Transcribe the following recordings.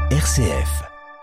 RCF.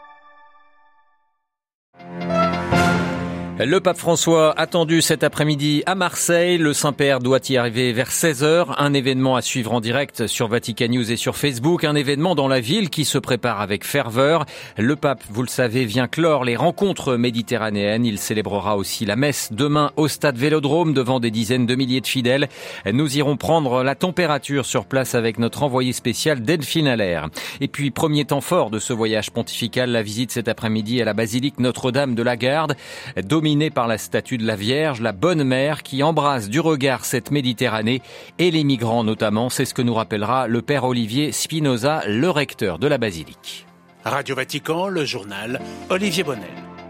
Le pape François attendu cet après-midi à Marseille. Le Saint-Père doit y arriver vers 16h. Un événement à suivre en direct sur Vatican News et sur Facebook. Un événement dans la ville qui se prépare avec ferveur. Le pape, vous le savez, vient clore les rencontres méditerranéennes. Il célébrera aussi la messe demain au stade Vélodrome devant des dizaines de milliers de fidèles. Nous irons prendre la température sur place avec notre envoyé spécial Delphine Allaire. Et puis, premier temps fort de ce voyage pontifical, la visite cet après-midi à la basilique Notre-Dame de la Garde, dominée par la statue de la Vierge, la Bonne Mère, qui embrasse du regard cette Méditerranée et les migrants notamment. C'est ce que nous rappellera le père Olivier Spinoza, le recteur de la basilique. Radio Vatican, le journal Olivier Bonnel.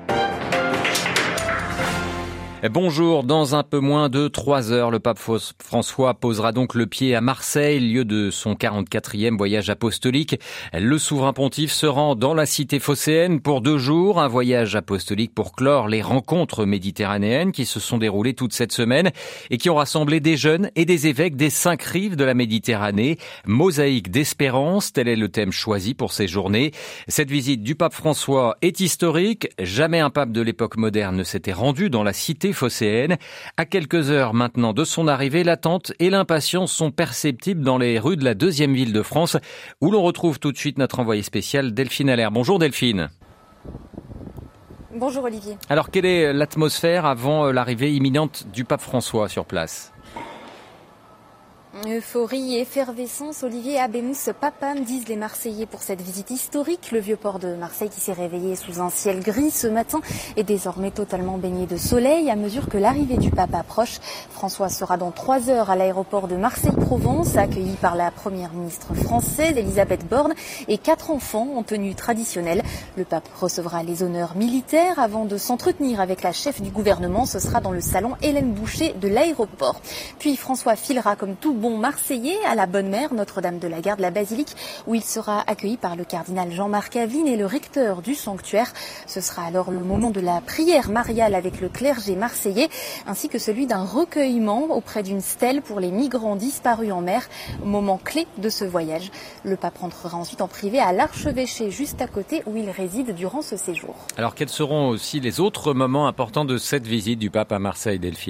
Bonjour, dans un peu moins de 3 heures, le pape François posera donc le pied à Marseille, lieu de son 44e voyage apostolique. Le souverain pontife se rend dans la cité phocéenne pour 2 jours, un voyage apostolique pour clore les rencontres méditerranéennes qui se sont déroulées toute cette semaine et qui ont rassemblé des jeunes et des évêques des 5 rives de la Méditerranée. Mosaïque d'espérance, tel est le thème choisi pour ces journées. Cette visite du pape François est historique. Jamais un pape de l'époque moderne ne s'était rendu dans la cité phocéenne. À quelques heures maintenant de son arrivée, l'attente et l'impatience sont perceptibles dans les rues de la 2e ville de France, où l'on retrouve tout de suite notre envoyé spécial Delphine Allaire. Bonjour Delphine. Bonjour Olivier. Alors quelle est l'atmosphère avant l'arrivée imminente du pape François sur place ? Euphorie et effervescence, Olivier, Habemus Papam, disent les Marseillais pour cette visite historique. Le vieux port de Marseille qui s'est réveillé sous un ciel gris ce matin est désormais totalement baigné de soleil à mesure que l'arrivée du pape approche. François sera dans 3 heures à l'aéroport de Marseille-Provence, accueilli par la première ministre française, Elisabeth Borne, et 4 enfants en tenue traditionnelle. Le pape recevra les honneurs militaires avant de s'entretenir avec la chef du gouvernement. Ce sera dans le salon Hélène Boucher de l'aéroport. Puis François filera comme tout bon Marseillais à la Bonne Mère, Notre-Dame de la Garde, la basilique, où il sera accueilli par le cardinal Jean-Marc Aveline et le recteur du sanctuaire. Ce sera alors le moment de la prière mariale avec le clergé marseillais, ainsi que celui d'un recueillement auprès d'une stèle pour les migrants disparus en mer, moment clé de ce voyage. Le pape rentrera ensuite en privé à l'archevêché juste à côté où il réside durant ce séjour. Alors quels seront aussi les autres moments importants de cette visite du pape à Marseille, Delphine ?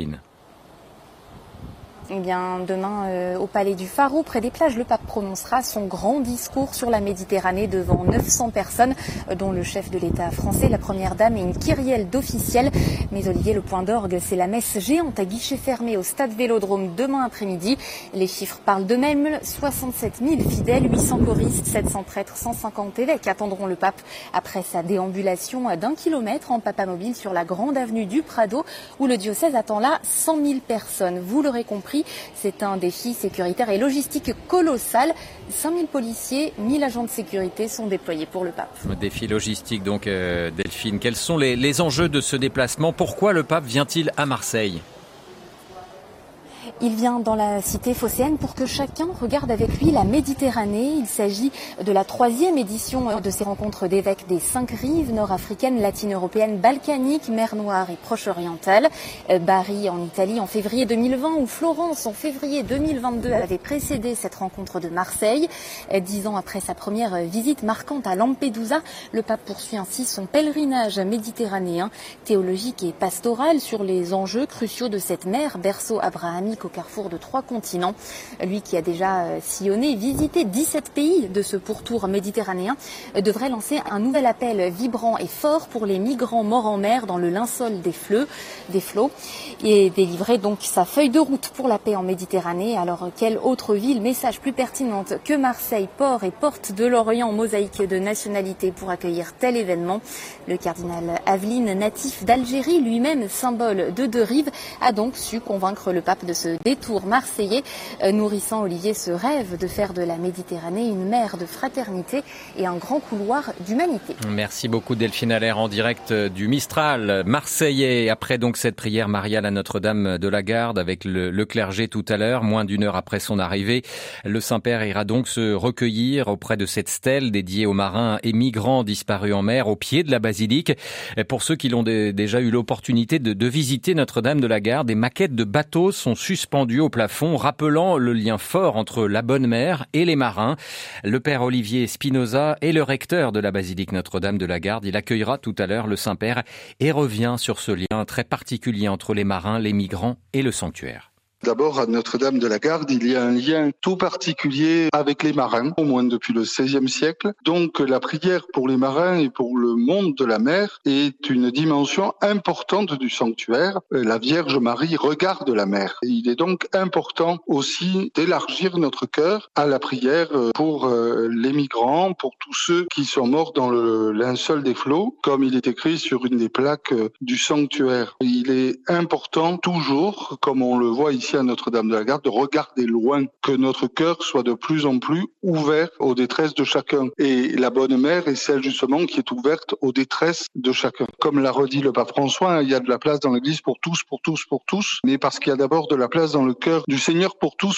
Eh bien, demain, au Palais du Pharo, près des plages, le pape prononcera son grand discours sur la Méditerranée devant 900 personnes, dont le chef de l'État français, la première dame et une kyrielle d'officiels. Mais Olivier, le point d'orgue, c'est la messe géante à guichet fermé au stade Vélodrome demain après-midi. Les chiffres parlent d'eux-mêmes. 67 000 fidèles, 800 choristes, 700 prêtres, 150 évêques attendront le pape après sa déambulation d'1 kilomètre en papamobile sur la grande avenue du Prado, où le diocèse attend là 100 000 personnes. Vous l'aurez compris, c'est un défi sécuritaire et logistique colossal. 5000 policiers, 1000 agents de sécurité sont déployés pour le pape. Défi logistique donc, Delphine. Quels sont les enjeux de ce déplacement ? Pourquoi le pape vient-il à Marseille ? Il vient dans la cité phocéenne pour que chacun regarde avec lui la Méditerranée. Il s'agit de la 3e édition de ces rencontres d'évêques des 5 rives nord-africaines, latine-européennes, balkaniques, mer Noire et Proche-Orientale. Bari en Italie en février 2020 ou Florence en février 2022 avait précédé cette rencontre de Marseille. 10 ans après sa première visite marquante à Lampedusa, le pape poursuit ainsi son pèlerinage méditerranéen, théologique et pastoral sur les enjeux cruciaux de cette mer, berceau abrahamique au carrefour de 3 continents. Lui qui a déjà sillonné et visité 17 pays de ce pourtour méditerranéen devrait lancer un nouvel appel vibrant et fort pour les migrants morts en mer dans le linceul des flots et délivrer donc sa feuille de route pour la paix en Méditerranée. Alors quelle autre ville, message plus pertinente que Marseille, port et porte de l'Orient, mosaïque de nationalité pour accueillir tel événement. Le cardinal Aveline, natif d'Algérie, lui-même symbole de 2 rives, a donc su convaincre le pape de ce détour marseillais, nourrissant Olivier ce rêve de faire de la Méditerranée une mer de fraternité et un grand couloir d'humanité. Merci beaucoup Delphine Allaire en direct du Mistral marseillais. Après donc cette prière mariale à Notre-Dame de la Garde avec le clergé tout à l'heure, moins d'1 heure après son arrivée, le Saint-Père ira donc se recueillir auprès de cette stèle dédiée aux marins et migrants disparus en mer au pied de la basilique. Pour ceux qui l'ont déjà eu l'opportunité de visiter Notre-Dame de la Garde, des maquettes de bateaux sont suspendues suspendu au plafond, rappelant le lien fort entre la bonne mère et les marins. Le père Olivier Spinoza est le recteur de la basilique Notre-Dame de la Garde. Il accueillera tout à l'heure le Saint-Père et revient sur ce lien très particulier entre les marins, les migrants et le sanctuaire. D'abord, à Notre-Dame de la Garde, il y a un lien tout particulier avec les marins, au moins depuis le XVIe siècle. Donc, la prière pour les marins et pour le monde de la mer est une dimension importante du sanctuaire. La Vierge Marie regarde la mer. Et il est donc important aussi d'élargir notre cœur à la prière pour les migrants, pour tous ceux qui sont morts dans le linceul des flots, comme il est écrit sur une des plaques du sanctuaire. Il est important toujours, comme on le voit ici à Notre-Dame de la Garde, de regarder loin, que notre cœur soit de plus en plus ouvert aux détresses de chacun. Et la bonne mère est celle justement qui est ouverte aux détresses de chacun. Comme l'a redit le pape François, il y a de la place dans l'Église pour tous, mais parce qu'il y a d'abord de la place dans le cœur du Seigneur pour tous.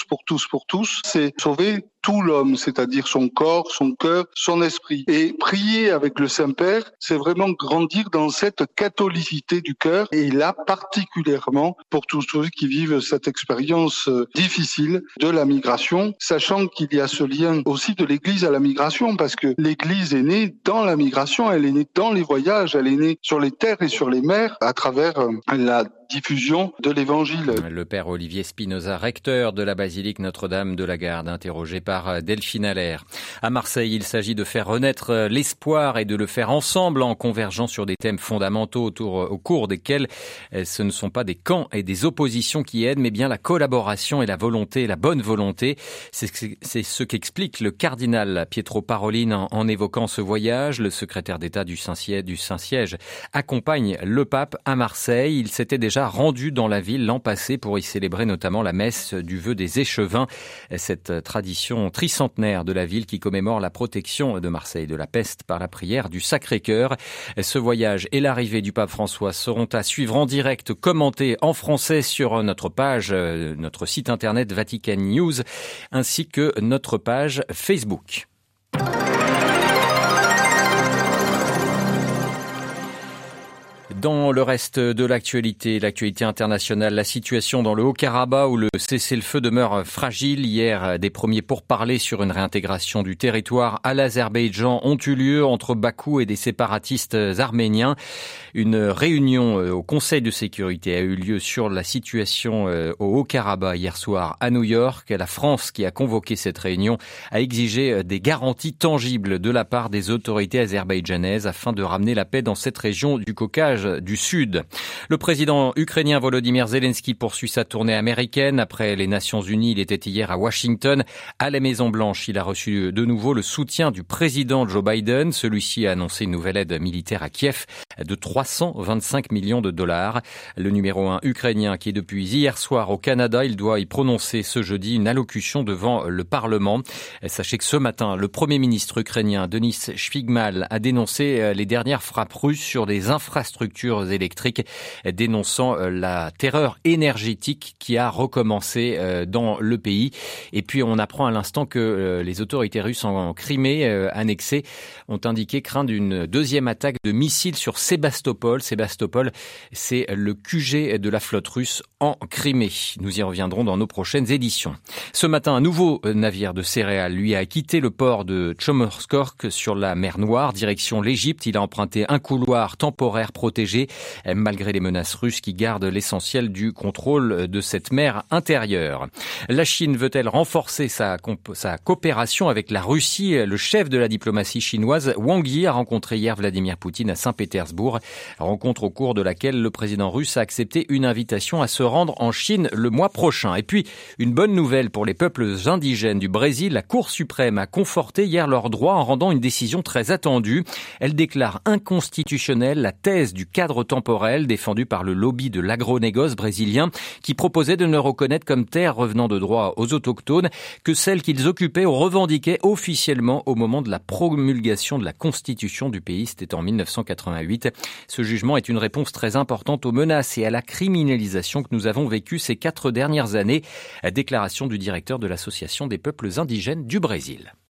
C'est sauver tout l'homme, c'est-à-dire son corps, son cœur, son esprit. Et prier avec le Saint-Père, c'est vraiment grandir dans cette catholicité du cœur, et là particulièrement pour tous ceux qui vivent cette expérience difficile de la migration, sachant qu'il y a ce lien aussi de l'Église à la migration, parce que l'Église est née dans la migration, elle est née dans les voyages, elle est née sur les terres et sur les mers à travers la diffusion de l'Évangile. Le père Olivier Spinoza, recteur de la basilique Notre-Dame de la Garde, interrogé par Delphine Allaire. À Marseille, il s'agit de faire renaître l'espoir et de le faire ensemble en convergeant sur des thèmes fondamentaux au cours desquels ce ne sont pas des camps et des oppositions qui aident, mais bien la collaboration et la volonté, la bonne volonté. C'est ce qu'explique le cardinal Pietro Parolin en évoquant ce voyage. Le secrétaire d'État du Saint-Siège accompagne le pape à Marseille. Il s'était déjà rendu dans la ville l'an passé pour y célébrer notamment la messe du vœu des échevins, cette tradition tricentenaire de la ville qui commémore la protection de Marseille de la peste par la prière du Sacré-Cœur. Ce voyage et l'arrivée du pape François seront à suivre en direct, commentés en français sur notre page, notre site internet Vatican News, ainsi que notre page Facebook. Dans le reste de l'actualité internationale, la situation dans le Haut-Karabakh où le cessez-le-feu demeure fragile. Hier, des premiers pourparlers sur une réintégration du territoire à l'Azerbaïdjan ont eu lieu entre Bakou et des séparatistes arméniens. Une réunion au Conseil de sécurité a eu lieu sur la situation au Haut-Karabakh hier soir à New York. La France, qui a convoqué cette réunion, a exigé des garanties tangibles de la part des autorités azerbaïdjanaises afin de ramener la paix dans cette région du Caucase du Sud. Le président ukrainien Volodymyr Zelensky poursuit sa tournée américaine. Après les Nations Unies, il était hier à Washington. À la Maison-Blanche, il a reçu de nouveau le soutien du président Joe Biden. Celui-ci a annoncé une nouvelle aide militaire à Kiev de 325 millions de dollars. Le numéro 1 ukrainien qui est depuis hier soir au Canada, il doit y prononcer ce jeudi une allocution devant le Parlement. Sachez que ce matin, le Premier ministre ukrainien Denis Shmyhal a dénoncé les dernières frappes russes sur des infrastructures électriques, dénonçant la terreur énergétique qui a recommencé dans le pays. Et puis on apprend à l'instant que les autorités russes en Crimée annexée ont indiqué craindre une deuxième attaque de missiles sur Sébastopol. Sébastopol, c'est le QG de la flotte russe en Crimée. Nous y reviendrons dans nos prochaines éditions. Ce matin, un nouveau navire de céréales, lui, a quitté le port de Chomorsk sur la mer Noire, direction l'Égypte. Il a emprunté un couloir temporaire protégé, malgré les menaces russes qui gardent l'essentiel du contrôle de cette mer intérieure. La Chine veut-elle renforcer sa coopération avec la Russie? Le chef de la diplomatie chinoise, Wang Yi, a rencontré hier Vladimir Poutine à Saint-Pétersbourg, rencontre au cours de laquelle le président russe a accepté une invitation à se rendre en Chine le mois prochain. Et puis, une bonne nouvelle pour les peuples indigènes du Brésil, la Cour suprême a conforté hier leurs droits en rendant une décision très attendue. Elle déclare inconstitutionnelle la thèse du cadre temporel défendu par le lobby de l'agronégoce brésilien qui proposait de ne reconnaître comme terre revenant de droit aux autochtones que celles qu'ils occupaient ou revendiquaient officiellement au moment de la promulgation de la constitution du pays. C'était en 1988. Ce jugement est une réponse très importante aux menaces et à la criminalisation que nous avons vécues ces 4 dernières années. Déclaration du directeur de l'Association des peuples indigènes du Brésil.